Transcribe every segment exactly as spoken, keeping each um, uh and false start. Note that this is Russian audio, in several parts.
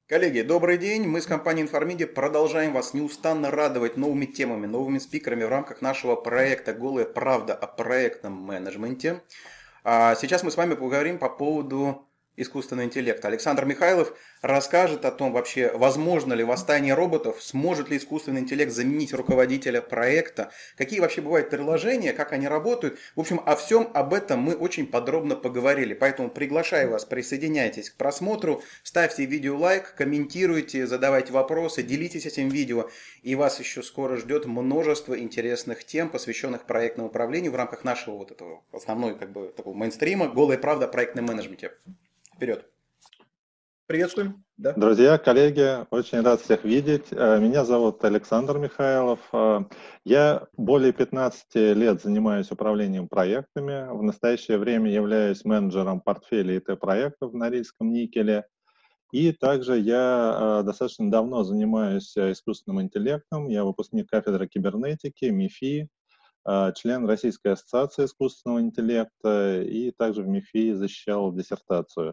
Коллеги, добрый день. Мы с компанией Информиди продолжаем вас неустанно радовать новыми темами, новыми спикерами в рамках нашего проекта «Голая правда о проектном менеджменте». А сейчас мы с вами поговорим по поводу искусственного интеллекта. Александр Михайлов расскажет о том вообще, возможно ли восстание роботов, сможет ли искусственный интеллект заменить руководителя проекта, какие вообще бывают приложения, как они работают. В общем, о всем об этом мы очень подробно поговорили. Поэтому приглашаю вас, присоединяйтесь к просмотру, ставьте видео лайк, комментируйте, задавайте вопросы, делитесь этим видео. И вас еще скоро ждет множество интересных тем, посвященных проектному управлению в рамках нашего вот этого основной как бы такого мейнстрима «Голая правда о проектном менеджменте». Вперед. Приветствуем. Да. Друзья, коллеги, очень рад всех видеть. Меня зовут Александр Михайлов. Я более пятнадцати лет занимаюсь управлением проектами. В настоящее время являюсь менеджером портфеля ай ти-проектов в Норильском никеле. И также я достаточно давно занимаюсь искусственным интеллектом. Я выпускник кафедры кибернетики, МИФИ, член Российской ассоциации искусственного интеллекта и также в МИФИ защищал диссертацию.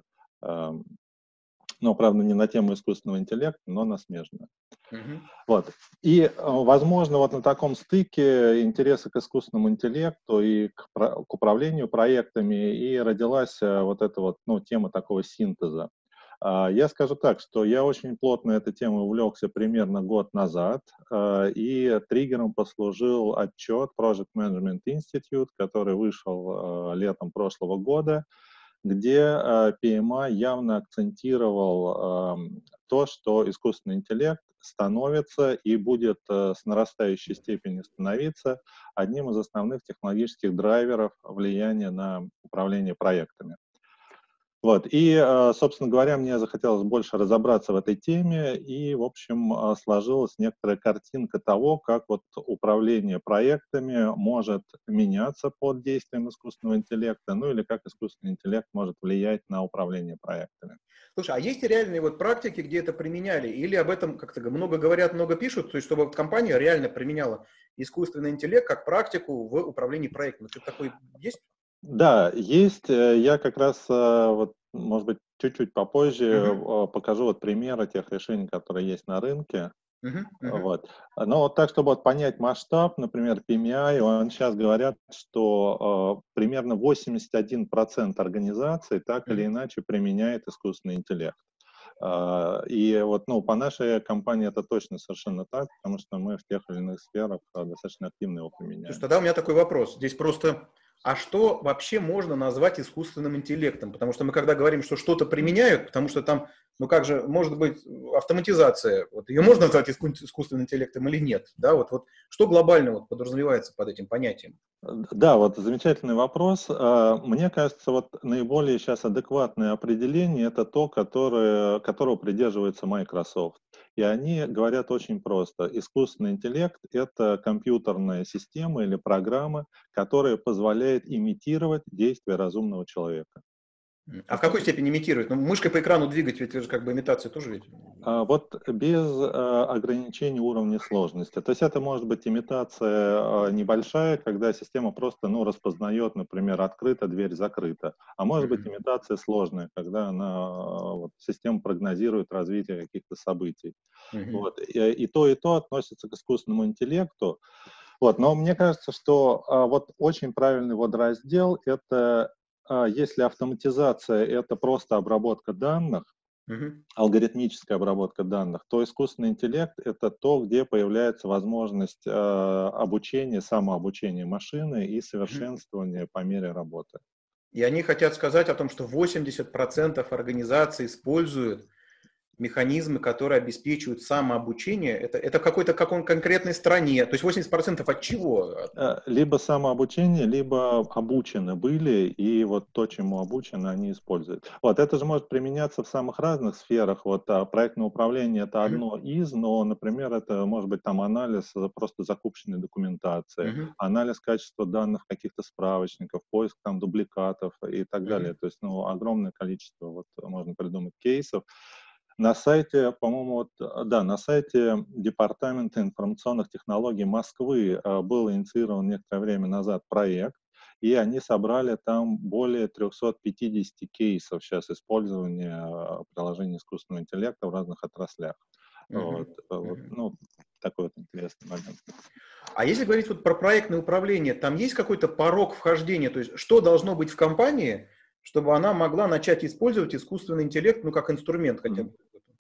Но, правда, не на тему искусственного интеллекта, но на смежную. Uh-huh. Вот. И, возможно, вот на таком стыке интереса к искусственному интеллекту и к, к управлению проектами и родилась вот эта вот, ну, тема такого синтеза. Я скажу так, что я очень плотно этой темой увлекся примерно год назад, и триггером послужил отчет Project Management Institute, который вышел летом прошлого года, где пи эм ай явно акцентировал то, что искусственный интеллект становится и будет с нарастающей степенью становиться одним из основных технологических драйверов влияния на управление проектами. Вот. И, собственно говоря, мне захотелось больше разобраться в этой теме, и, в общем, сложилась некоторая картинка того, как вот управление проектами может меняться под действием искусственного интеллекта, ну или как искусственный интеллект может влиять на управление проектами. Слушай, а есть реальные вот практики, где это применяли? Или об этом как-то много говорят, много пишут, то есть чтобы компания реально применяла искусственный интеллект как практику в управлении проектом? Это такой есть? Да, есть. Я как раз, вот, может быть, чуть-чуть попозже uh-huh. покажу вот примеры тех решений, которые есть на рынке. Uh-huh. Uh-huh. Вот. Но вот так, чтобы вот понять масштаб, например, пи эм ай, он сейчас говорят, что э, примерно восемьдесят один процент организаций так uh-huh. или иначе применяет искусственный интеллект. Uh, и вот, ну, по нашей компании это точно совершенно так, потому что мы в тех или иных сферах достаточно активно его применяем. Слушай, тогда у меня такой вопрос. Здесь просто... А что вообще можно назвать искусственным интеллектом? Потому что мы когда говорим, что что-то применяют, потому что там, ну как же, может быть, автоматизация, вот ее можно назвать искусственным интеллектом или нет? Да, вот, вот что глобально вот подразумевается под этим понятием? Да, вот замечательный вопрос. Мне кажется, вот наиболее сейчас адекватное определение — это то, которое, которого придерживается Microsoft. И они говорят очень просто. Искусственный интеллект — это компьютерная система или программа, которая позволяет имитировать действия разумного человека. А в какой степени имитирует? Ну, мышкой по экрану двигать, ведь это же как бы имитация тоже ведь. А, вот без а, ограничений уровня сложности. То есть это может быть имитация а, небольшая, когда система просто, ну, распознает, например, открыта дверь, закрыта. А может быть имитация сложная, когда она, вот, система прогнозирует развитие каких-то событий. Mm-hmm. Вот. И, и то, и то относится к искусственному интеллекту. Вот. Но мне кажется, что а, вот очень правильный водораздел — это а, если автоматизация — это просто обработка данных, Uh-huh. алгоритмическая обработка данных, то искусственный интеллект — это то, где появляется возможность э, обучения, самообучения машины и совершенствования Uh-huh. по мере работы. И они хотят сказать о том, что восемьдесят процентов организаций используют механизмы, которые обеспечивают самообучение. Это, это какой-то как он конкретной стране. То есть восемьдесят процентов от чего? Либо самообучение, либо обучены были, и вот то, чему обучены, они используют. Вот это же может применяться в самых разных сферах. Вот а, проектное управление — это одно из, но, например, это может быть там анализ просто закупочной документации, uh-huh. анализ качества данных каких-то справочников, поиск там дубликатов и так uh-huh. далее. То есть, ну, огромное количество, вот можно придумать кейсов. На сайте, по-моему, вот, да, на сайте Департамента информационных технологий Москвы был инициирован некоторое время назад проект, и они собрали там более трёхсот пятидесяти кейсов сейчас использования э, приложений искусственного интеллекта в разных отраслях. Вот, Мгм. вот, Мгм. ну, такой вот интересный момент. А если говорить вот про проектное управление, там есть какой-то порог вхождения? То есть что должно быть в компании, чтобы она могла начать использовать искусственный интеллект, ну, как инструмент хотя бы? Мгм.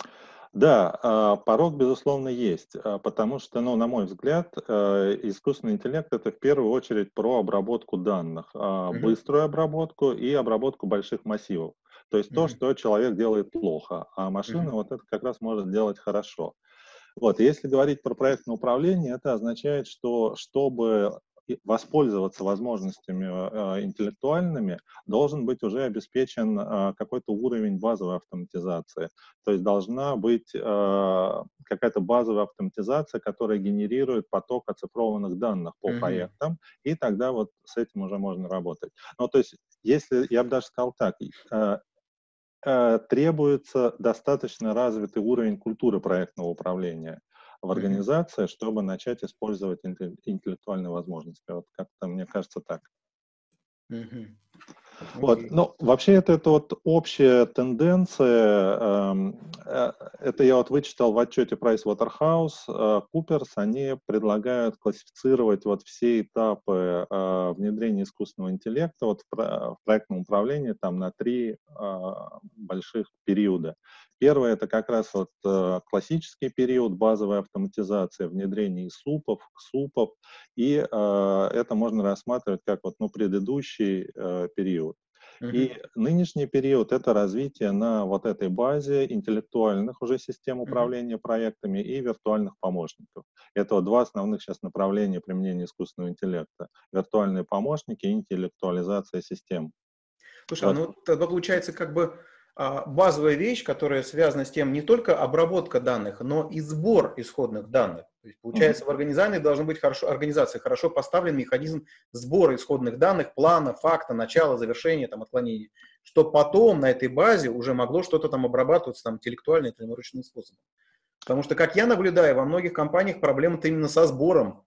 Да, а, порог, безусловно, есть, а, потому что, ну, на мой взгляд, э, искусственный интеллект — это в первую очередь про обработку данных, а, Мгм. быструю обработку и обработку больших массивов. То есть то, Мгм. что человек делает плохо, а машина Мгм. вот это как раз может делать хорошо. Вот, и если говорить про проектное управление, это означает, что чтобы и воспользоваться возможностями э, интеллектуальными, должен быть уже обеспечен э, какой-то уровень базовой автоматизации. То есть должна быть э, какая-то базовая автоматизация, которая генерирует поток оцифрованных данных по Мгм. проектам, и тогда вот с этим уже можно работать. Ну, то есть, если, я бы даже сказал так, э, э, требуется достаточно развитый уровень культуры проектного управления в Мгм. организации, чтобы начать использовать интел- интеллектуальные возможности. Вот как-то мне кажется так. Мгм. Вот, Окей. ну, вообще это, это вот общая тенденция, эм, э, это я вот вычитал в отчете PricewaterhouseCoopers, они предлагают классифицировать вот все этапы э, внедрения искусственного интеллекта вот в, про- в проектном управлении там на три э, больших периода. Первое — это как раз вот э, классический период базовой автоматизации, внедрение супов, ксупов, и э, это можно рассматривать как вот, ну, предыдущий э, период. Мгм. И нынешний период — это развитие на вот этой базе интеллектуальных уже систем Мгм. управления проектами и виртуальных помощников. Это вот два основных сейчас направления применения искусственного интеллекта. Виртуальные помощники и интеллектуализация систем. Слушай, а Вот. ну тогда получается как бы а, базовая вещь, которая связана с тем не только обработка данных, но и сбор исходных данных. То есть, Мгм. получается, в организации должен быть хорошо, организации хорошо поставлен механизм сбора исходных данных, плана, факта, начала, завершения, там, отклонений, что потом на этой базе уже могло что-то там обрабатываться там, интеллектуально или ручным способом. Потому что, как я наблюдаю, во многих компаниях проблема-то именно со сбором.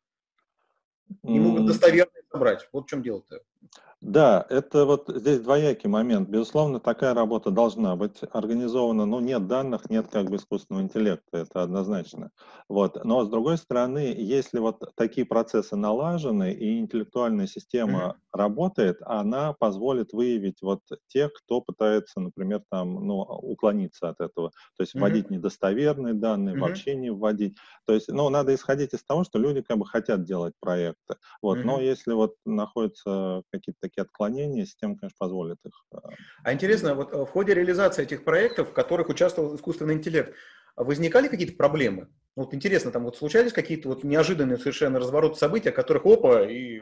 Не могут М, достоверно собрать. Вот в чем дело-то. Да, это вот здесь двоякий момент. Безусловно, такая работа должна быть организована. Ну, нет данных, нет как бы искусственного интеллекта, это однозначно. Вот. Но с другой стороны, если вот такие процессы налажены и интеллектуальная Мгм. система работает, она позволит выявить вот тех, кто пытается, например, там, ну, уклониться от этого. То есть Мгм. вводить недостоверные данные, Мгм. вообще не вводить. То есть, ну, надо исходить из того, что люди как бы хотят делать проекты. Вот. Но Мгм. если вот находятся какие-то такие отклонения, система, конечно, позволит их. а, А интересно, вот э, в ходе реализации этих проектов, в которых участвовал искусственный интеллект, возникали какие-то проблемы? Вот интересно, там вот случались какие-то вот неожиданные совершенно развороты событий, о которых опа, и...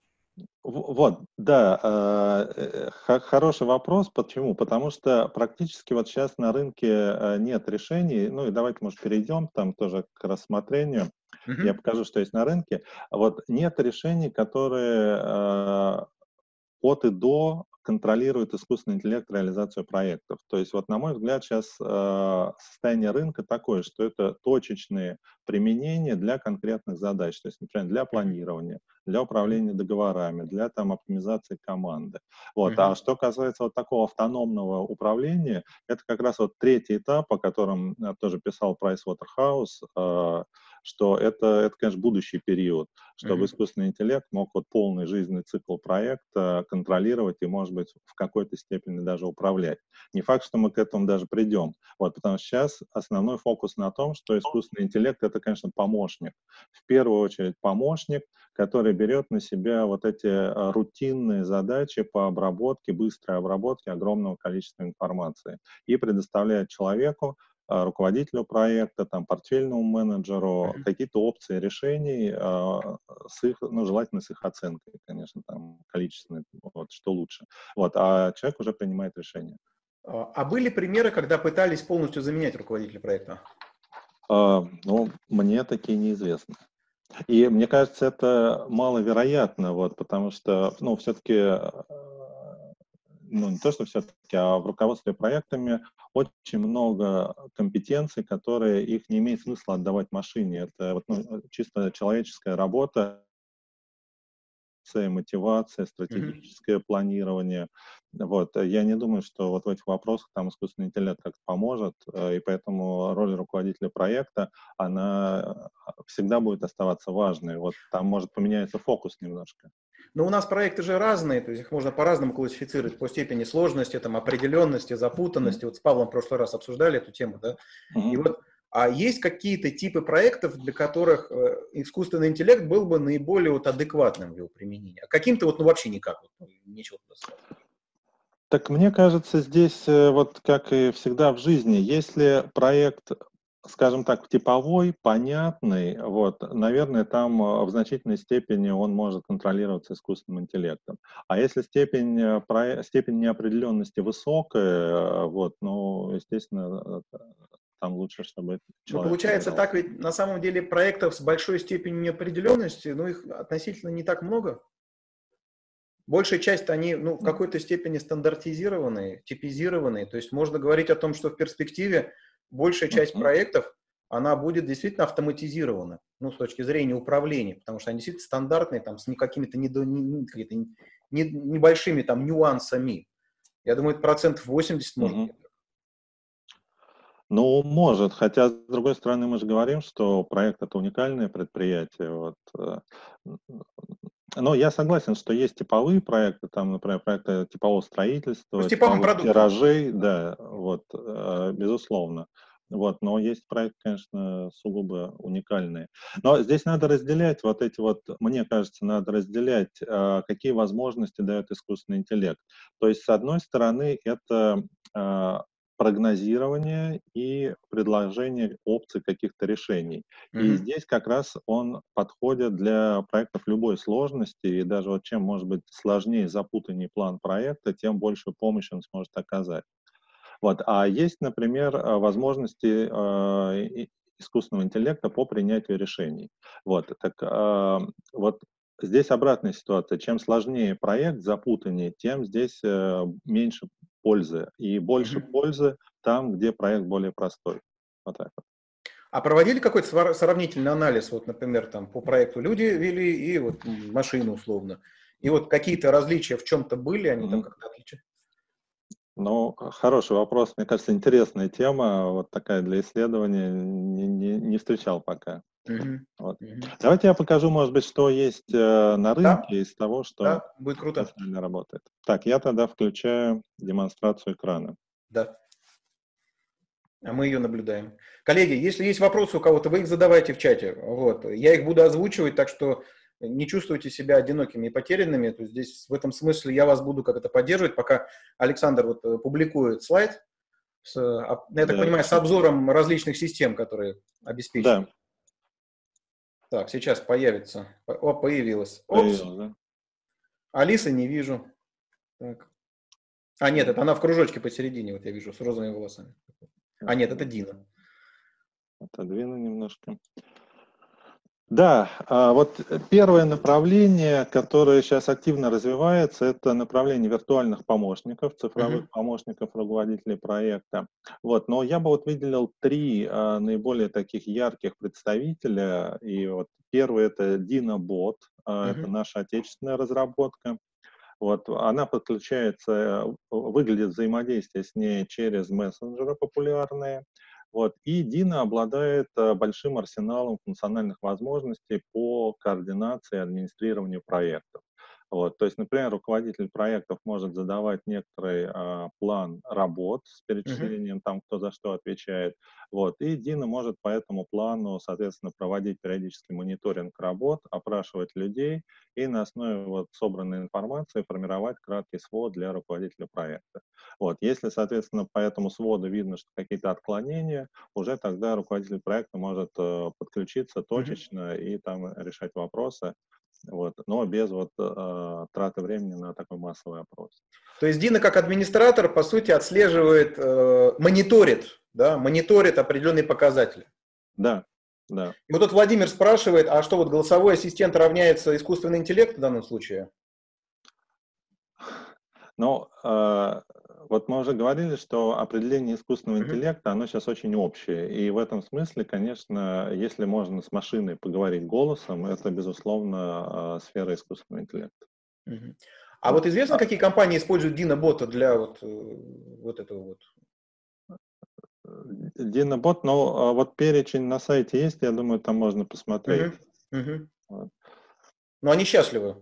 В- Вот, да, а, э, х- хороший вопрос. Почему? Потому что практически вот сейчас на рынке э, нет решений. Ну и давайте, может, перейдем там тоже к рассмотрению. Я Мгм. покажу, что есть на рынке. Вот нет решений, которые э, от и до контролирует искусственный интеллект реализацию проектов. То есть вот на мой взгляд сейчас э, состояние рынка такое, что это точечные применения для конкретных задач, то есть, например, для Мгм. планирования, для Мгм. управления договорами, для там оптимизации команды. Вот. Мгм. А что касается вот такого автономного управления, это как раз вот третий этап, о котором э, тоже писал Pricewaterhouse, э, что это, это, конечно, будущий период, чтобы Мгм. искусственный интеллект мог вот полный жизненный цикл проекта контролировать и, может быть, в какой-то степени даже управлять. Не факт, что мы к этому даже придем. Вот, потому что сейчас основной фокус на том, что искусственный интеллект — это, конечно, помощник. В первую очередь помощник, который берет на себя вот эти а, рутинные задачи по обработке, быстрой обработке огромного количества информации и предоставляет человеку, а, руководителю проекта, там, портфельному менеджеру Мгм. какие-то опции решений, а, с их, ну, желательно с их оценкой, конечно, там, количественной, вот, что лучше. Вот, а человек уже принимает решение. А а были примеры, когда пытались полностью заменять руководителя проекта? А, ну, мне такие неизвестны. И мне кажется, это маловероятно, вот, потому что, ну, все-таки, ну, не то, что все-таки, а в руководстве проектами очень много компетенций, которые их не имеет смысла отдавать машине. Это вот, ну, чисто человеческая работа, коммуникация, мотивация, Мгм. стратегическое планирование. Вот. Я не думаю, что вот в этих вопросах там искусственный интеллект как-то поможет, э, и поэтому роль руководителя проекта, она э, всегда будет оставаться важной. Вот там может поменяется фокус немножко. Но у нас проекты же разные, то есть их можно по-разному классифицировать по степени сложности, там, определенности, запутанности. Вот с Павлом в прошлый раз обсуждали эту тему, да. И Мгм. вот, а есть какие-то типы проектов, для которых э, искусственный интеллект был бы наиболее вот адекватным в его применении, а каким-то вот ну вообще никак, вот, ну, нечего туда ставить. Так мне кажется, здесь э, вот как и всегда в жизни, если проект, скажем так, типовой, понятный, вот, наверное, там э, в значительной степени он может контролироваться искусственным интеллектом. А если степень, э, про- степень неопределенности высокая, э, вот, ну, естественно, э, там лучше, чтобы Но человек получается выбирал. так, ведь на самом деле проектов с большой степенью неопределенности, ну их относительно не так много. Большая часть, они ну, в какой-то степени стандартизированные, типизированные. То есть можно говорить о том, что в перспективе большая часть Мгм. проектов, она будет действительно автоматизирована, ну, с точки зрения управления, потому что они действительно стандартные, там, с не какими-то недо, не, не- какими-то не- небольшими там нюансами. Я думаю, это процентов восемьдесят может Мгм. быть. Ну, может, хотя, с другой стороны, мы же говорим, что проект это уникальное предприятие. Вот, э, н- н- но я согласен, что есть типовые проекты, там, например, проекты типового Ну, с строительства, типовым типовых продуктом. тиражей, Да. да, вот, э, безусловно. Вот, но есть проекты, конечно, сугубо уникальные. Но здесь надо разделять вот эти вот, мне кажется, надо разделять, э, какие возможности дает искусственный интеллект. То есть, с одной стороны, это э, прогнозирование и предложение опций каких-то решений. И Мгм. здесь как раз он подходит для проектов любой сложности, и даже вот чем может быть сложнее, запутаннее план проекта, тем больше помощи он сможет оказать. Вот. А есть, например, э, возможности э, и- искусственного интеллекта по принятию решений. Вот. Так, э, вот здесь обратная ситуация. Чем сложнее проект, запутаннее, тем здесь э, меньше пользы. И больше Мгм. пользы там, где проект более простой. Вот так вот. А проводили какой-то свар- сравнительный анализ, вот, например, там по проекту люди вели и вот м, машины условно. И вот какие-то различия в чем-то были, они там Мгм. как-то отличаются? Ну, хороший вопрос. Мне кажется, интересная тема. Вот такая для исследования. Не, не, не встречал пока. Мгм. Вот. Мгм. Давайте я покажу, может быть, что есть э, на Да, рынке из того, что да, будет круто. профессионально работает. Так, я тогда включаю демонстрацию экрана. Да, а мы ее наблюдаем. Коллеги, если есть вопросы у кого-то, вы их задавайте в чате. Вот. Я их буду озвучивать, так что не чувствуйте себя одинокими и потерянными. То есть здесь в этом смысле я вас буду как-то поддерживать, пока Александр вот э, публикует слайд, с, а, я так Да, понимаю, с обзором различных систем, которые да, обеспечивают. Так, сейчас появится. О, появилась. Опс, появилось, да? Алисы не вижу. Так. А, нет, Так, это она в кружочке посередине, вот я вижу, с розовыми волосами. А, так, нет, это да. Дина. Отодвину немножко. Да, а вот первое направление, которое сейчас активно развивается, это направление виртуальных помощников, цифровых Мгм. помощников руководителей проекта. Вот, но я бы вот выделил три а, наиболее таких ярких представителя. И вот первый это DinoBot, а, это Мгм. наша отечественная разработка. Вот, она подключается, э, выглядит взаимодействие с ней через мессенджеры популярные. Вот, и Дина обладает э, большим арсеналом функциональных возможностей по координации и администрированию проектов. Вот, то есть, например, руководитель проектов может задавать некоторый а, план работ с Мгм. перечислением, там, кто за что отвечает. Вот, и Дина может по этому плану, соответственно, проводить периодический мониторинг работ, опрашивать людей, и на основе вот собранной информации формировать краткий свод для руководителя проекта. Вот. Если, соответственно, по этому своду видно, что какие-то отклонения, уже тогда руководитель проекта может э, подключиться Мгм. точечно и там решать вопросы, вот, но без вот э, траты времени на такой массовый опрос. То есть Дина как администратор, по сути, отслеживает, э, мониторит, да, мониторит определенные показатели. Да, да. И вот тут Владимир спрашивает, а что вот голосовой ассистент равняется искусственный интеллект в данном случае? Но э, Вот мы уже говорили, что определение искусственного Мгм. интеллекта, оно сейчас очень общее. И в этом смысле, конечно, если можно с машиной поговорить голосом, это, безусловно, а, сфера искусственного интеллекта. Мгм. А Вот. вот известно, какие компании используют Dino-бота для вот, э, вот этого вот? Динобот, но а, вот перечень на сайте есть, я думаю, там можно посмотреть. Мгм. Мгм. Вот. Но они счастливы.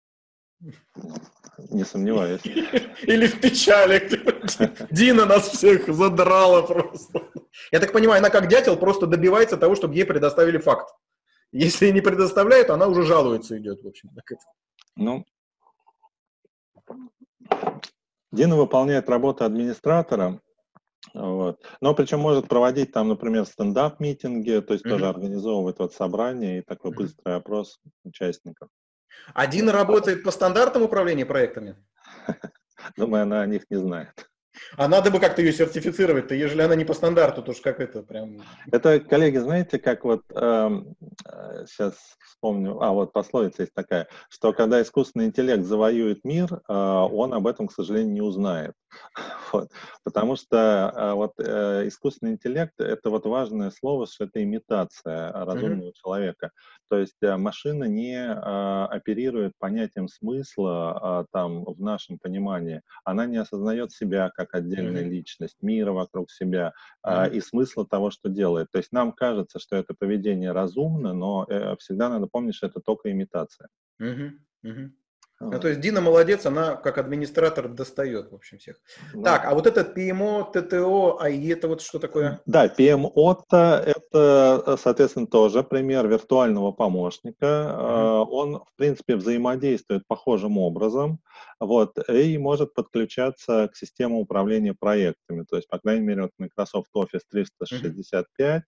Не сомневаюсь. Или в печали. Дина нас всех задрала просто. Я так понимаю, она как дятел просто добивается того, чтобы ей предоставили факт. Если не предоставляют, она уже жалуется идет, в общем. Ну, Дина выполняет работу администратора, вот. Но причем может проводить там, например, стендап-митинги, то есть тоже Мгм. организовывать вот собрания и такой Мгм. быстрый опрос участников. А Дина работает по стандартам управления проектами? Думаю, она о них не знает. А надо бы как-то ее сертифицировать-то, ежели она не по стандарту, то ж как это прям... Это, коллеги, знаете, как вот эм, э, сейчас вспомню, а вот пословица есть такая, что когда искусственный интеллект завоюет мир, э, он об этом, к сожалению, не узнает. Вот. Потому что э, вот э, искусственный интеллект — это вот важное слово, что это имитация Мгм. разумного человека. То есть э, машина не э, оперирует понятием смысла э, там в нашем понимании. Она не осознает себя как отдельная Мгм. личность, мира вокруг себя а, Мгм. и смысла того, что делает. То есть нам кажется, что это поведение разумно, но э, всегда надо помнить, что это только имитация. Мгм. Мгм. Ну, то Вот. есть Дина молодец, она как администратор достает, в общем, всех. Ну, Так, а вот этот пи эм о, тэ тэ о, ай и это вот что такое? да, пи эм Otto — это, э, соответственно, тоже пример виртуального помощника. Мгм. Э, Он, в принципе, взаимодействует похожим образом, вот, и может подключаться к системе управления проектами. То есть, по крайней мере, вот Microsoft Office триста Мгм. шестьдесят пять.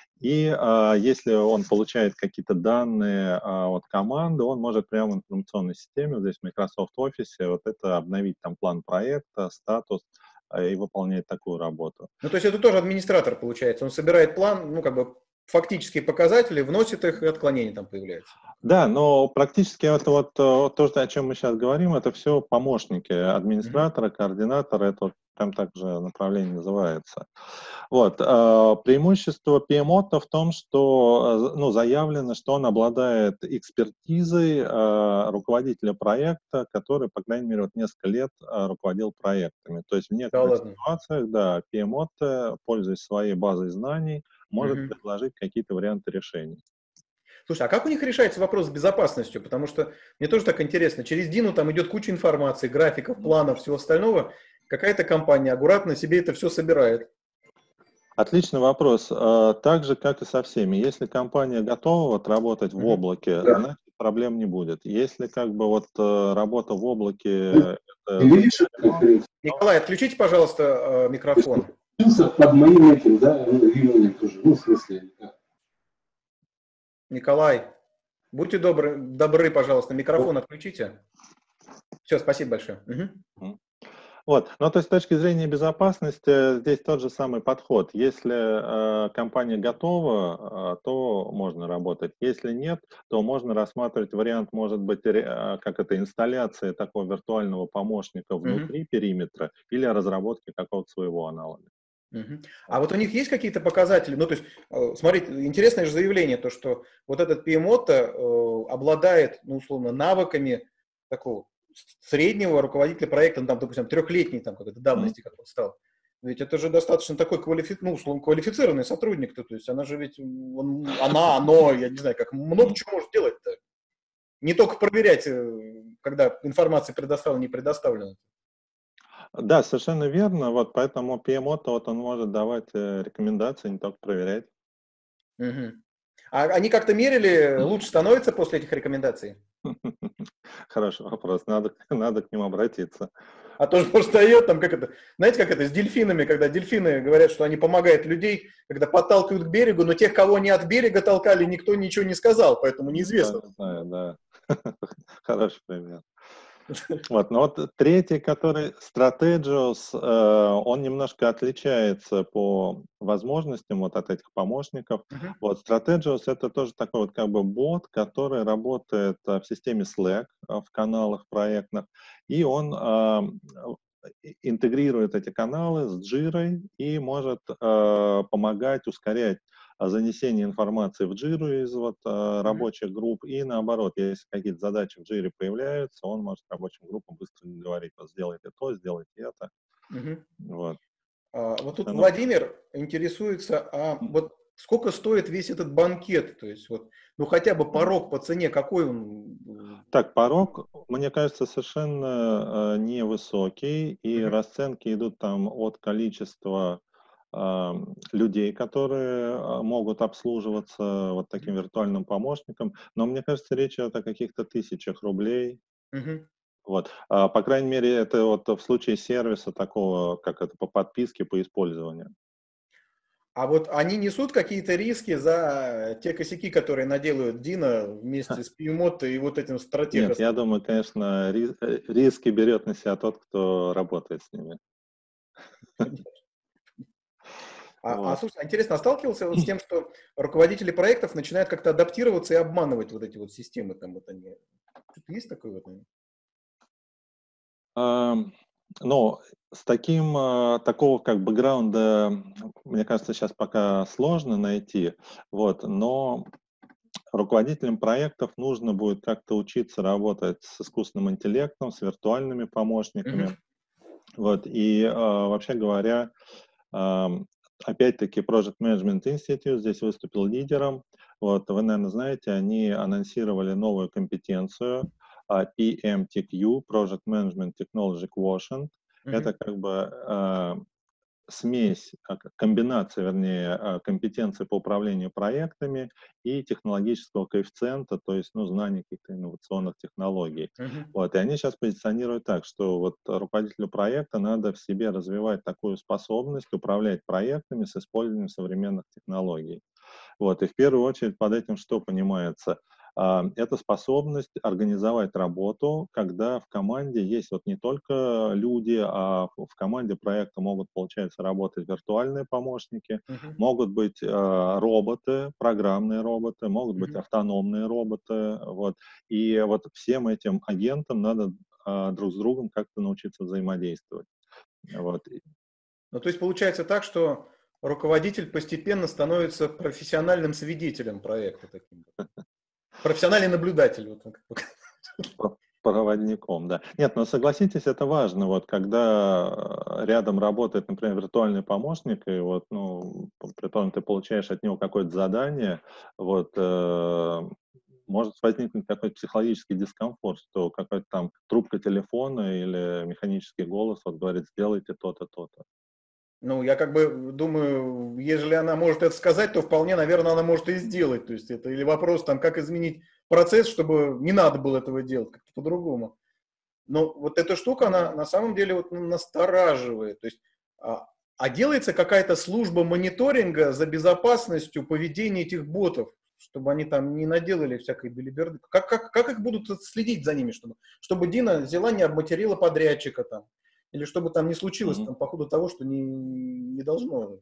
И а, если он получает какие-то данные а, от команды, он может прямо в информационной системе, вот здесь в Microsoft Office, вот это обновить там план проекта, статус а, и выполнять такую работу. Ну, то есть это тоже администратор получается. Он собирает план, ну, как бы фактические показатели, вносит их, и отклонения там появляются. Да, но практически это вот э, то, что- о чем мы сейчас говорим, это все помощники Мгм. администратора, координатора, это вот прям так же направление называется. Вот, э, преимущество пи эм о в том, что, э, ну, заявлено, что он обладает экспертизой э, руководителя проекта, который, по крайней мере, вот несколько лет э, руководил проектами. То есть в Да некоторых ладно. ситуациях, да, пи эм о, пользуясь своей базой знаний, может Мгм. предложить какие-то варианты решений. Слушай, а как у них решается вопрос с безопасностью? Потому что мне тоже так интересно. Через Дину там идет куча информации, графиков, планов, всего остального. Какая-то компания аккуратно себе это все собирает. Отличный вопрос. Э, Так же, как и со всеми. Если компания готова вот работать в Мгм. облаке, значит проблем не будет. Если как бы вот э, работа в облаке это Увеличил запрещено, Николай, отключите, пожалуйста, э, микрофон. под моим этим, да, ну, именем тоже, ну, в смысле, как. Николай, будьте добры, добры, пожалуйста, микрофон отключите. Все, спасибо большое. Мгм. м. Вот. Но то есть с точки зрения безопасности здесь тот же самый подход. Если э, компания готова, э, то можно работать. Если нет, то можно рассматривать вариант, может быть, ре- э, как это, инсталляции такого виртуального помощника Мгм. внутри периметра или разработки какого-то своего аналога. Мгм. А вот у них есть какие-то показатели? Ну, то есть, э, смотрите, интересное же заявление, то, что вот этот пи эм о-то э, обладает, ну, условно, навыками такого с- среднего руководителя проекта, ну, там, допустим, трехлетней там, какой-то М. давности, как он стал. Ведь это же достаточно такой квалифи... ну, условно, квалифицированный сотрудник, то, то есть она же ведь, м, он- она, оно, я не знаю, как много М. чего может делать-то. Не только проверять, э, когда информация предоставлена, не предоставлена. Да, совершенно верно. Вот поэтому пи эм о-то вот он может давать э, рекомендации, не только проверять. Мгм. А они как-то мерили, лучше становится после этих рекомендаций? Хороший вопрос. Надо, надо к ним обратиться. А то же может дает там, как это, знаете, как это с дельфинами, когда дельфины говорят, что они помогают людей, когда подталкивают к берегу, но тех, кого не от берега толкали, никто ничего не сказал, поэтому Да, неизвестно. знаю, да. Хороший пример. Вот, но вот третий, который Strategios, э, он немножко отличается по возможностям вот от этих помощников. Мгм. Вот Strategios — это тоже такой вот как бы бот, который работает э, в системе Slack, э, в каналах проектных, и он, а, интегрирует эти каналы с Jira и может э, помогать ускорять занесение информации в Jira из вот, э, рабочих групп, и наоборот, если какие-то задачи в Jira появляются, он может рабочим группам быстро говорить, вот сделайте то, сделайте это. Мгм. Вот. А, вот тут Ну, Владимир интересуется, а вот сколько стоит весь этот банкет? То есть вот, ну хотя бы порог по цене, какой он? Так, порог, мне кажется, совершенно э, невысокий, и Мгм. расценки идут там от количества э, людей, которые э, могут обслуживаться вот таким виртуальным помощником, но мне кажется, речь идет о каких-то тысячах рублей. Мгм. Вот. А, по крайней мере, это вот в случае сервиса такого, как это, по подписке, по использованию. А вот они несут какие-то риски за те косяки, которые наделают Дина вместе с Пьюмотто и вот этим Нет, я стратегом? думаю, конечно, ри- э, риски берет на себя тот, кто работает с ними. А, а Вот. слушай, а интересно, а сталкивался вот с тем, что руководители проектов начинают как-то адаптироваться и обманывать вот эти вот системы, там вот они. Что-то есть такое вот? Ам, Ну, с таким, а, такого как бэкграунда, мне кажется, сейчас пока сложно найти, вот, но руководителям проектов нужно будет как-то учиться работать с искусственным интеллектом, с виртуальными Мгм. помощниками, вот, и, а, вообще говоря, ам, опять-таки Project Management Institute здесь выступил лидером, вот, вы, наверное, знаете, они анонсировали новую компетенцию, а, пи эм ти кью, Project Management Technology Quotient. Это Мгм. как бы а, смесь, а, к- комбинация, вернее, а, компетенций по управлению проектами и технологического коэффициента, то есть, ну, знания каких-то инновационных технологий. Мгм. Вот, и они сейчас позиционируют так, что вот руководителю проекта надо в себе развивать такую способность управлять проектами с использованием современных технологий. Вот, и в первую очередь под этим что понимается? А, Это способность организовать работу, когда в команде есть вот не только люди, а в в команде проекта могут, получается, работать виртуальные помощники, Мгм. могут быть а, роботы, программные роботы, могут быть Мгм. автономные роботы. Вот. И вот всем этим агентам надо а, друг с другом как-то научиться взаимодействовать. Вот. Ну, то есть получается так, что руководитель постепенно становится профессиональным свидетелем проекта таким. Профессиональный наблюдатель. Вот, он как бы. П- Проводником, да. Нет, но согласитесь, это важно, вот когда э, рядом работает, например, виртуальный помощник, и вот, ну, п- при том ты получаешь от него какое-то задание, вот, э, может возникнуть какой-то психологический дискомфорт, что какая-то там трубка телефона или механический голос вот говорит, сделайте то-то, то-то. Ну, я как бы думаю, ежели она может это сказать, то вполне, наверное, она может и сделать. То есть это или вопрос там, как изменить процесс, чтобы не надо было этого делать, как-то по-другому. Но вот эта штука, она на самом деле вот ну, настораживает. То есть, а, а делается какая-то служба мониторинга за безопасностью поведения этих ботов, чтобы они там не наделали всякой белиберды. Как, как, как их будут следить за ними, чтобы, чтобы Дина взяла, не обматерила подрядчика там? Или чтобы там не случилось Мгм. там по ходу того, что не, не должно.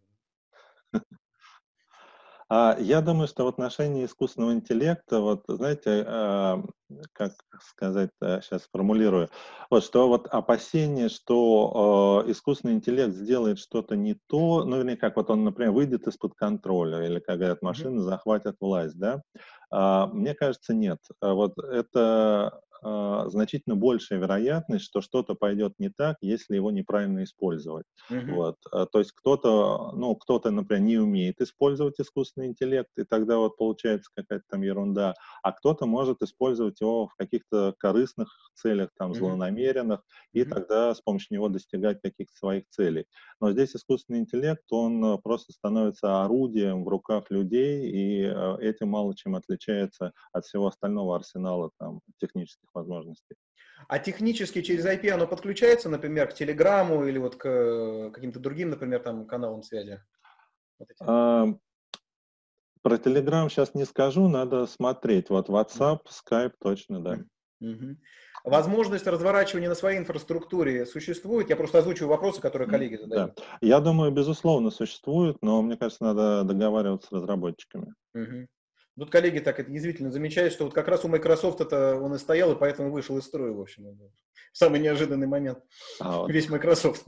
А я думаю, что в отношении искусственного интеллекта, вот знаете, а, как сказать, сейчас сформулирую, вот что вот опасение, что э, искусственный интеллект сделает что-то не то, ну, вернее, как вот он, например, выйдет из-под контроля, или, как говорят, Мгм. машины захватят власть, да, А, мне кажется, нет. А Вот это а, значительно большая вероятность, что что-то пойдет не так, если его неправильно использовать. Мгм. Вот. а, То есть кто-то, ну, кто-то, например, не умеет использовать искусственный интеллект, и тогда вот получается какая-то там ерунда, а кто-то может использовать его в каких-то корыстных целях, там, Мгм. злонамеренных, и Мгм. тогда с помощью него достигать каких-то своих целей. Но здесь искусственный интеллект, он э, просто становится орудием в руках людей, и э, этим мало чем отличается от всего остального арсенала там, технических возможностей. А технически через ай пи оно подключается, например, к Телеграму или вот к э, каким-то другим, например, там каналам связи? Вот эти. А, Про Telegram сейчас не скажу, надо смотреть. Вот Мгм. WhatsApp, Skype точно, да. Мгм. Мгм. Возможность разворачивания на своей инфраструктуре существует? Я просто озвучиваю вопросы, которые М, коллеги Да. задают. Я думаю, безусловно, существует, но мне кажется, надо договариваться с разработчиками. Мгм. Тут коллеги так это язвительно замечают, что вот как раз у Microsoft это он и стоял, и поэтому вышел из строя, в общем. В самый неожиданный момент. А, вот, Весь Microsoft.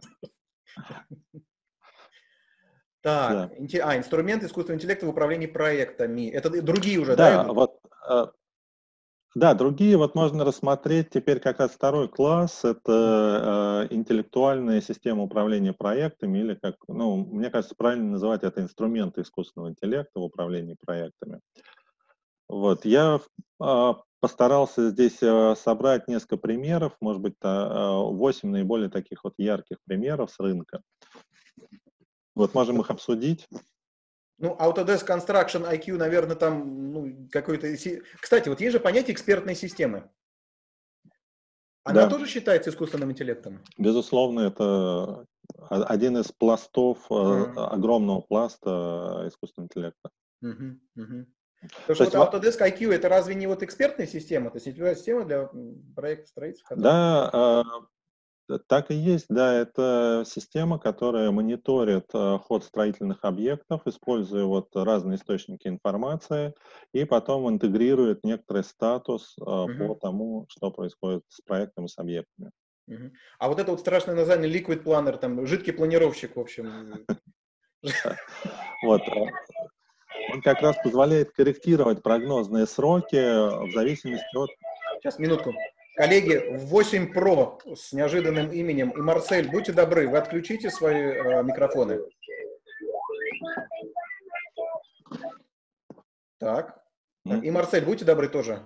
Так, да. инте- а, инструмент искусственного интеллекта в управлении проектами. Это другие уже, да, Да, идут? вот, э, да, другие вот можно рассмотреть теперь как раз второй класс, это э, интеллектуальная система управления проектами, или как, ну, мне кажется, правильно называть это инструменты искусственного интеллекта в управлении проектами. Вот, я э, постарался здесь э, собрать несколько примеров, может быть, восемь наиболее таких вот ярких примеров с рынка. Вот, можем их обсудить. Ну, Autodesk Construction ай кью, наверное, там ну, какой-то... си- Кстати, вот есть же понятие экспертной системы. Она Да, тоже считается искусственным интеллектом? безусловно, это о- один из пластов, э, Ага. огромного пласта э, искусственного интеллекта. Мгм, мгм. Потому То что есть, вот во- Autodesk ай кью это разве не вот экспертная система, это сетевая система для м, проекта строительства, которая... да, э, так и есть, да, это система, которая мониторит э, ход строительных объектов, используя вот разные источники информации, и потом интегрирует некоторый статус э, по Мгм, тому, что происходит с проектом и с объектами. мгм. А вот это вот страшное название Liquid Planner, там, жидкий планировщик, в общем. Вот, э, он как раз позволяет корректировать прогнозные сроки в зависимости от... Сейчас, минутку. Коллеги, восемь про с неожиданным именем и Марсель, будьте добры, вы отключите свои э, микрофоны. Так. Так. И Мгм. Марсель, будьте добры тоже.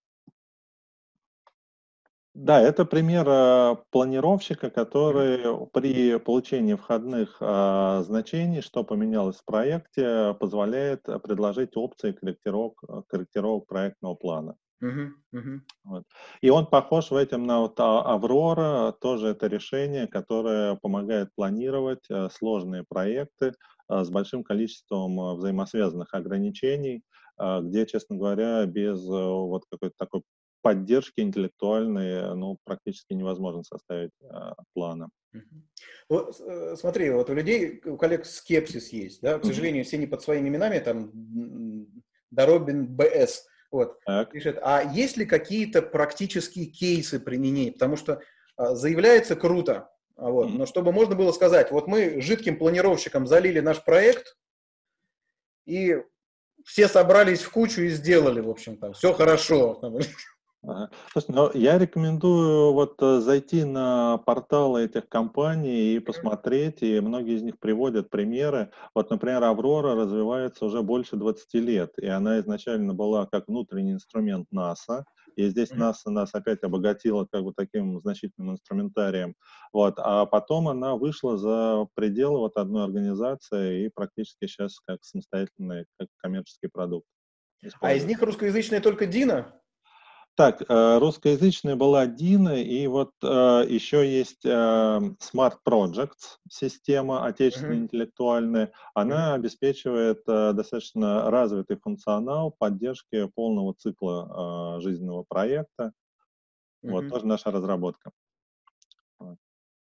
Да, это пример э, планировщика, Мгм, который при получении входных э, значений, что поменялось в проекте, позволяет э, предложить опции корректировок, э, корректировок проектного плана. мгм, мгм, Вот. И он похож в этом на вот а- Аврора, тоже это решение, которое помогает планировать э, сложные проекты э, с большим количеством э, взаимосвязанных ограничений, э, где, честно говоря, без э, вот какой-то такой поддержки интеллектуальной, э, ну, практически невозможно составить э, плана. мгм. Вот, э, смотри, вот у людей, у коллег скепсис есть, да, к Мгм. сожалению, все не под своими именами, там, м, Доробин БС, вот, Так. пишет, а есть ли какие-то практические кейсы применения, потому что а, заявляется круто, а вот, Мгм. но чтобы можно было сказать, вот мы жидким планировщиком залили наш проект, и все собрались в кучу и сделали, в общем, там, все хорошо. Там. Ага. Слушай, ну, я рекомендую вот э, зайти на порталы этих компаний и посмотреть, и многие из них приводят примеры. Вот, например, Аврора развивается уже больше двадцати лет, и она изначально была как внутренний инструмент НАСА, и здесь Мгм. НАСА нас опять обогатила как бы таким значительным инструментарием. Вот, а потом она вышла за пределы вот одной организации и практически сейчас как самостоятельный, как коммерческий продукт А из используется. них русскоязычная только Дина? Так, э, русскоязычная была Дина, и вот э, еще есть э, Smart Projects, система отечественная Мгм. интеллектуальная. Мгм. Она обеспечивает э, достаточно развитый функционал поддержки полного цикла э, жизненного проекта. Вот, Мгм. тоже наша разработка. Вот.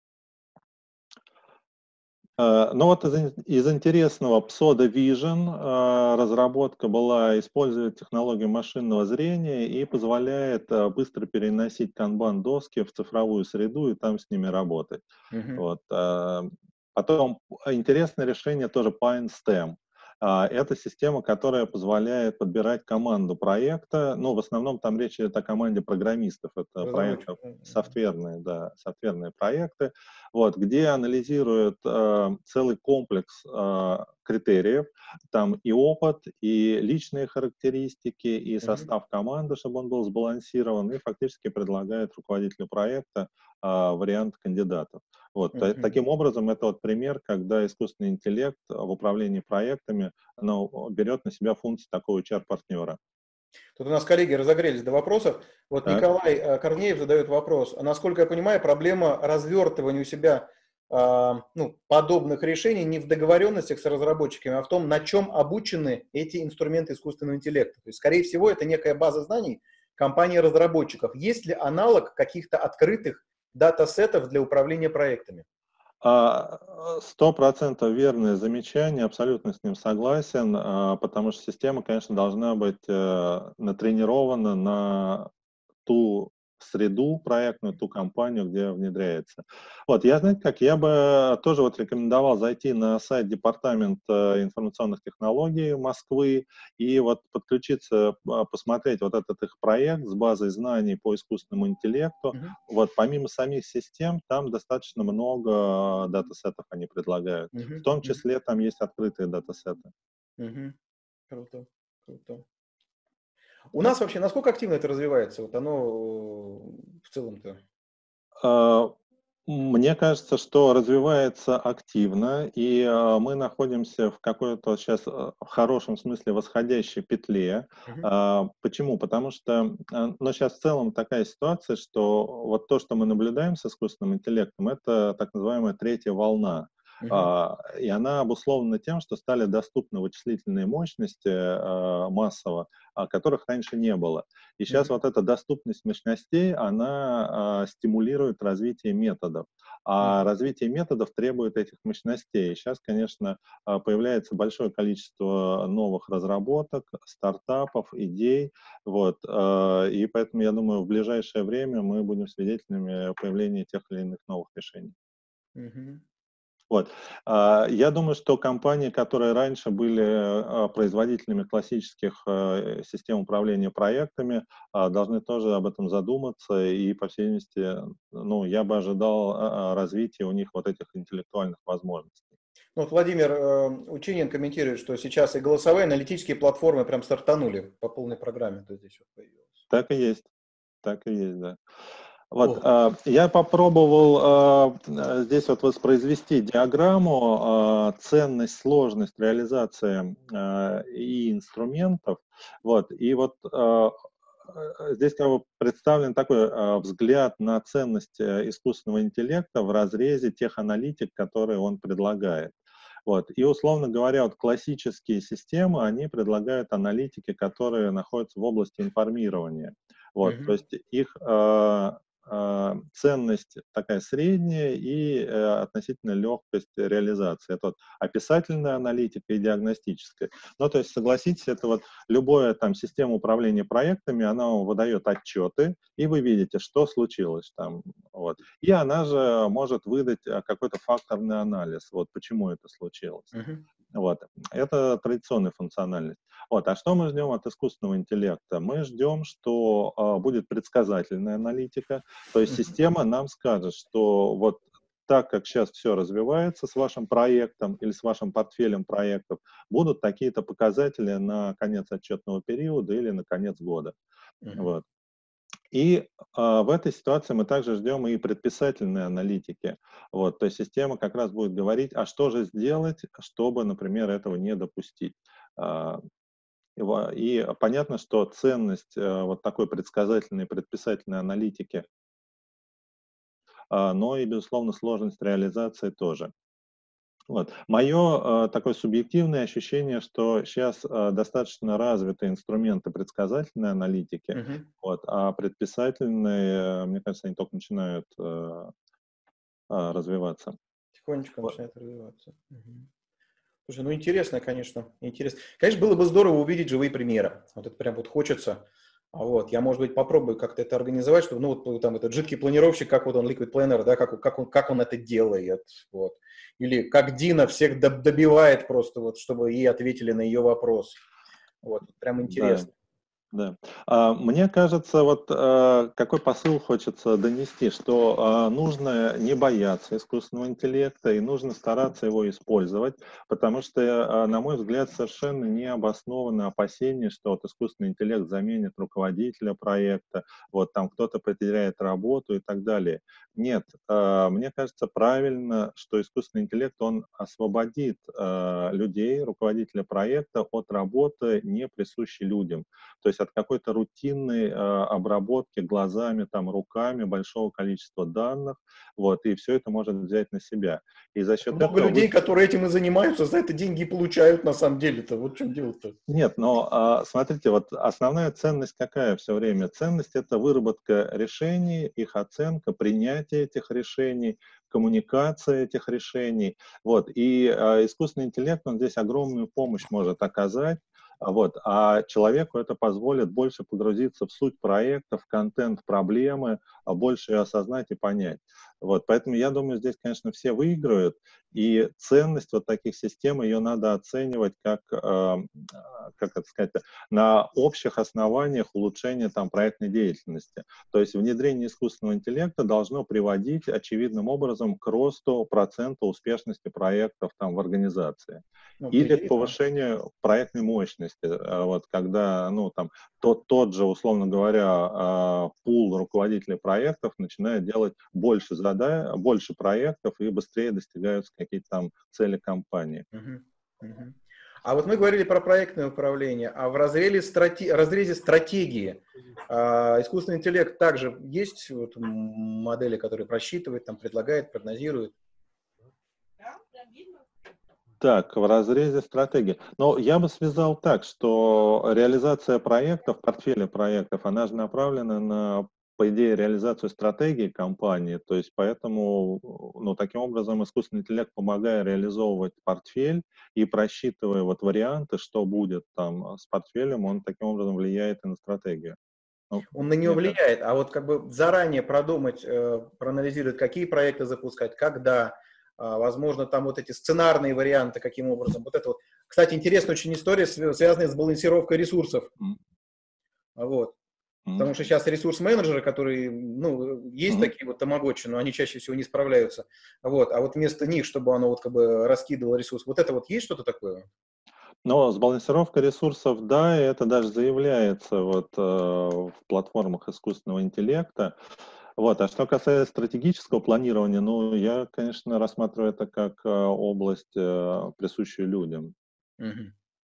Э, Ну вот из, ин- из интересного Pseudo Vision э, разработка была использует технологию машинного зрения и позволяет э, быстро переносить канбан-доски в цифровую среду и там с ними работать. Мгм. Вот. э, Потом интересное решение тоже PineStem. А, Это система, которая позволяет подбирать команду проекта. Ну, в основном там речь идет о команде программистов. Это Разработчик. проекты софтверные, да, софтверные проекты, вот, где анализируют э, целый комплекс э, критериев, там и опыт, и личные характеристики, и Мгм. состав команды, чтобы он был сбалансирован, и фактически предлагает руководителю проекта э, вариант кандидатов. Вот, та- Мгм. таким образом, это вот пример, когда искусственный интеллект в управлении проектами ну, берет на себя функции такого эйч ар-партнера. Тут у нас коллеги разогрелись до вопросов. Вот Так. Николай э, Корнеев задает вопрос. А насколько я понимаю, проблема развертывания у себя а, ну, подобных решений не в договоренностях с разработчиками, а в том, на чем обучены эти инструменты искусственного интеллекта. То есть, скорее всего, это некая база знаний компании-разработчиков. Есть ли аналог каких-то открытых датасетов для управления проектами? Сто процентов верное замечание, абсолютно с ним согласен, а, потому что система, конечно, должна быть э, натренирована на ту среду проектную, ту компанию, где внедряется. Вот, я, знаете, как, я бы тоже вот рекомендовал зайти на сайт Департамента информационных технологий Москвы и вот подключиться, а, посмотреть вот этот их проект с базой знаний по искусственному интеллекту. Мгм. Вот, помимо самих систем, там достаточно много датасетов они предлагают. В Мгм. том Мгм. числе там есть открытые датасеты. Мгм. Круто, круто. У нас вообще насколько активно это развивается? Вот оно э, в целом-то. А, Мне кажется, что развивается активно, и а, мы находимся в какой-то сейчас в хорошем смысле восходящей петле. Мгм. А, Почему? Потому что, а, ну, сейчас в целом такая ситуация, что вот то, что мы наблюдаем с искусственным интеллектом, это так называемая третья волна. Мгм. А, И она обусловлена тем, что стали доступны вычислительные мощности а, массово, а, которых раньше не было. И сейчас Мгм. вот эта доступность мощностей, она а, стимулирует развитие методов. А Мгм. развитие методов требует этих мощностей. Сейчас, конечно, а, появляется большое количество новых разработок, стартапов, идей. Вот, а, и поэтому, я думаю, в ближайшее время мы будем свидетелями появления тех или иных новых решений. Мгм. Вот. А, Я думаю, что компании, которые раньше были а, производителями классических а, систем управления проектами, а, должны тоже об этом задуматься. И, по всей видимости, ну, я бы ожидал а, а, развития у них вот этих интеллектуальных возможностей. Ну, вот Владимир э, Учинин комментирует, что сейчас и голосовые аналитические платформы прям стартанули по полной программе. То здесь вот появилось. Так и есть. Так и есть, да. Вот, О. а, я попробовал а, а, здесь вот воспроизвести диаграмму, а, ценность, сложность реализации а, и инструментов. Вот, и вот а, а, здесь как бы представлен такой а, взгляд на ценность э, искусственного интеллекта в разрезе тех аналитик, которые он предлагает. Вот. И, условно говоря, вот классические системы, они предлагают аналитики, которые находятся в области информирования. Вот. То Мгм. есть их э, э, ценность такая средняя и э, относительно легкость реализации. Это вот описательная аналитика и диагностическая. Ну, то есть, согласитесь, это вот любая там система управления проектами, она вам выдает отчеты, и вы видите, что случилось там. Вот. И она же может выдать а, какой-то факторный анализ, вот почему это случилось. Мгм. Вот. Это традиционная функциональность. Вот. А что мы ждем от искусственного интеллекта? Мы ждем, что а, будет предсказательная аналитика, то есть Мгм. система нам скажет, что вот так как сейчас все развивается с вашим проектом или с вашим портфелем проектов, будут такие-то показатели на конец отчетного периода или на конец года. Мгм. Вот. И а, в этой ситуации мы также ждем и предписательной аналитики. Вот, то есть система как раз будет говорить, а что же сделать, чтобы, например, этого не допустить. А, и во- и понятно, что ценность э, вот такой предсказательной, предписательной аналитики, а, но и, безусловно, сложность реализации тоже. Вот. Мое э, такое субъективное ощущение, что сейчас э, достаточно развиты инструменты предсказательной аналитики, Мгм. вот, а предписательные, э, мне кажется, они только начинают э, а, развиваться. Тихонечко Вот. начинает развиваться. Мгм. Слушай, ну интересно, конечно, интересно. Конечно, было бы здорово увидеть живые примеры. Вот это прям вот хочется. А вот, я, может быть, попробую как-то это организовать, чтобы, ну, вот там этот жидкий планировщик, как вот он, Liquid Planner, да, как, он- как, он, как он это делает, вот. Или как Дина всех доб- добивает просто, вот, чтобы ей ответили на ее вопрос. Вот, прям Да. интересно. Да. А, Мне кажется, вот э, какой посыл хочется донести, что а, нужно не бояться искусственного интеллекта и нужно стараться его использовать, потому что, а, на мой взгляд, совершенно не обоснованы опасения, что вот искусственный интеллект заменит руководителя проекта, вот там кто-то потеряет работу и так далее. Нет, а, мне кажется правильно, что искусственный интеллект, он освободит а, людей, руководителя проекта от работы, не присущей людям. То есть от какой-то рутинной э, обработки глазами, там, руками большого количества данных, вот, и все это может взять на себя. И за счет Много этого людей, вы... которые этим и занимаются, за это деньги и получают на самом деле-то. Вот в чем дело-то. Нет, но а, смотрите, вот основная ценность какая все время? Ценность — это выработка решений, их оценка, принятие этих решений, коммуникация этих решений. Вот. И э, искусственный интеллект, он здесь огромную помощь может оказать. Вот. А человеку это позволит больше погрузиться в суть проекта, в контент проблемы, а больше ее осознать и понять. Вот. Поэтому я думаю, здесь, конечно, все выиграют. И ценность вот таких систем, ее надо оценивать как, э, как это сказать, на общих основаниях улучшения там, проектной деятельности. То есть внедрение искусственного интеллекта должно приводить очевидным образом к росту процента успешности проектов там, в организации. Ну, Или к повышению проектной мощности. Вот, когда ну, там, тот, тот же, условно говоря, пул руководителей проектов начинает делать больше задач, больше проектов и быстрее достигаются какие-то там цели компании. Угу, угу. А вот мы говорили про проектное управление, а в разрезе, страте... разрезе стратегии а, искусственный интеллект также есть вот модели, которые просчитывает, там, предлагает, прогнозирует? Так, в разрезе стратегии. Но я бы связал так, что реализация проектов, портфеля проектов, она же направлена на, по идее, реализацию стратегии компании. То есть поэтому, ну, таким образом, искусственный интеллект, помогая реализовывать портфель и просчитывая вот варианты, что будет там с портфелем, он таким образом влияет и на стратегию. Ну, он на нее влияет, кажется. а вот как бы заранее продумать, проанализировать, какие проекты запускать, когда, возможно, там вот эти сценарные варианты, каким образом. Вот это вот. Кстати, интересная очень история, связанная с балансировкой ресурсов. Mm. Вот. Mm. Потому что сейчас ресурс-менеджеры, которые, ну, есть mm. такие вот тамагочи, но они чаще всего не справляются. Вот. А вот вместо них, чтобы оно вот как бы раскидывало ресурс, вот это вот есть что-то такое? Но с балансировкой ресурсов, да, и это даже заявляется вот, э, в платформах искусственного интеллекта. Вот. А что касается стратегического планирования, ну, я, конечно, рассматриваю это как э, область, э, присущую людям. Угу.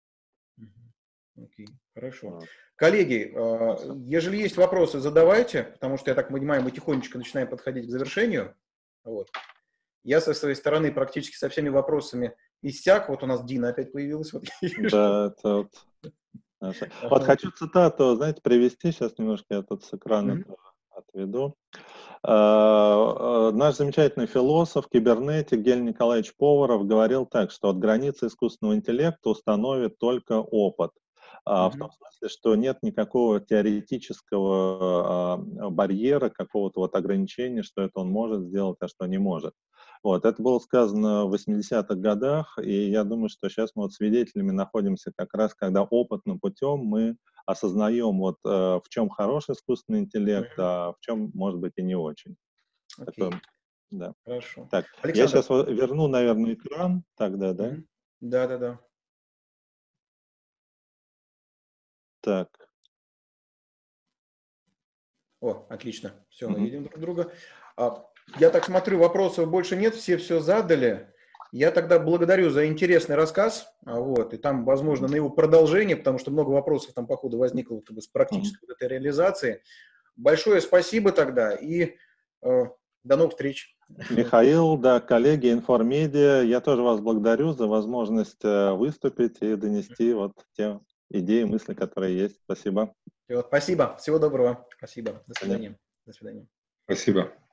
Угу. Окей, хорошо. Вот. Коллеги, э, ежели есть вопросы, задавайте, потому что, я так понимаю, мы тихонечко начинаем подходить к завершению. Вот. Я со своей стороны практически со всеми вопросами иссяк. Вот у нас Дина опять появилась. Вот. Да, это вот. Наша. Вот хочу цитату, знаете, привести. Сейчас немножко я тут с экрана mm-hmm. отведу. Uh, uh, наш замечательный философ, кибернетик Гель Николаевич Поваров говорил так, что от границы искусственного интеллекта установит только опыт. Uh, mm-hmm. В том смысле, что нет никакого теоретического uh, барьера, какого-то вот ограничения, что это он может сделать, а что не может. Вот. Это было сказано в восьмидесятых годах, и я думаю, что сейчас мы вот свидетелями находимся как раз, когда опытным путем мы осознаем, вот, э, в чем хороший искусственный интеллект, mm-hmm. а в чем, может быть, и не очень. Okay. Такое, да. Хорошо. Так, Александр. я сейчас верну, наверное, экран тогда, да? Mm-hmm. Да, да, да. Так. О, отлично. Все, мы mm-hmm. видим друг друга. А, я так смотрю, вопросов больше нет, все все задали. Я тогда благодарю за интересный рассказ, вот, и там, возможно, на его продолжение, потому что много вопросов там, по ходу, возникло как бы, с практической mm-hmm. этой реализации. Большое спасибо тогда и э, до новых встреч. Михаил, да, коллеги Информедиа, я тоже вас благодарю за возможность выступить и донести вот те идеи, мысли, которые есть. Спасибо. Все, спасибо, всего доброго. Спасибо. До свидания. До свидания. Спасибо.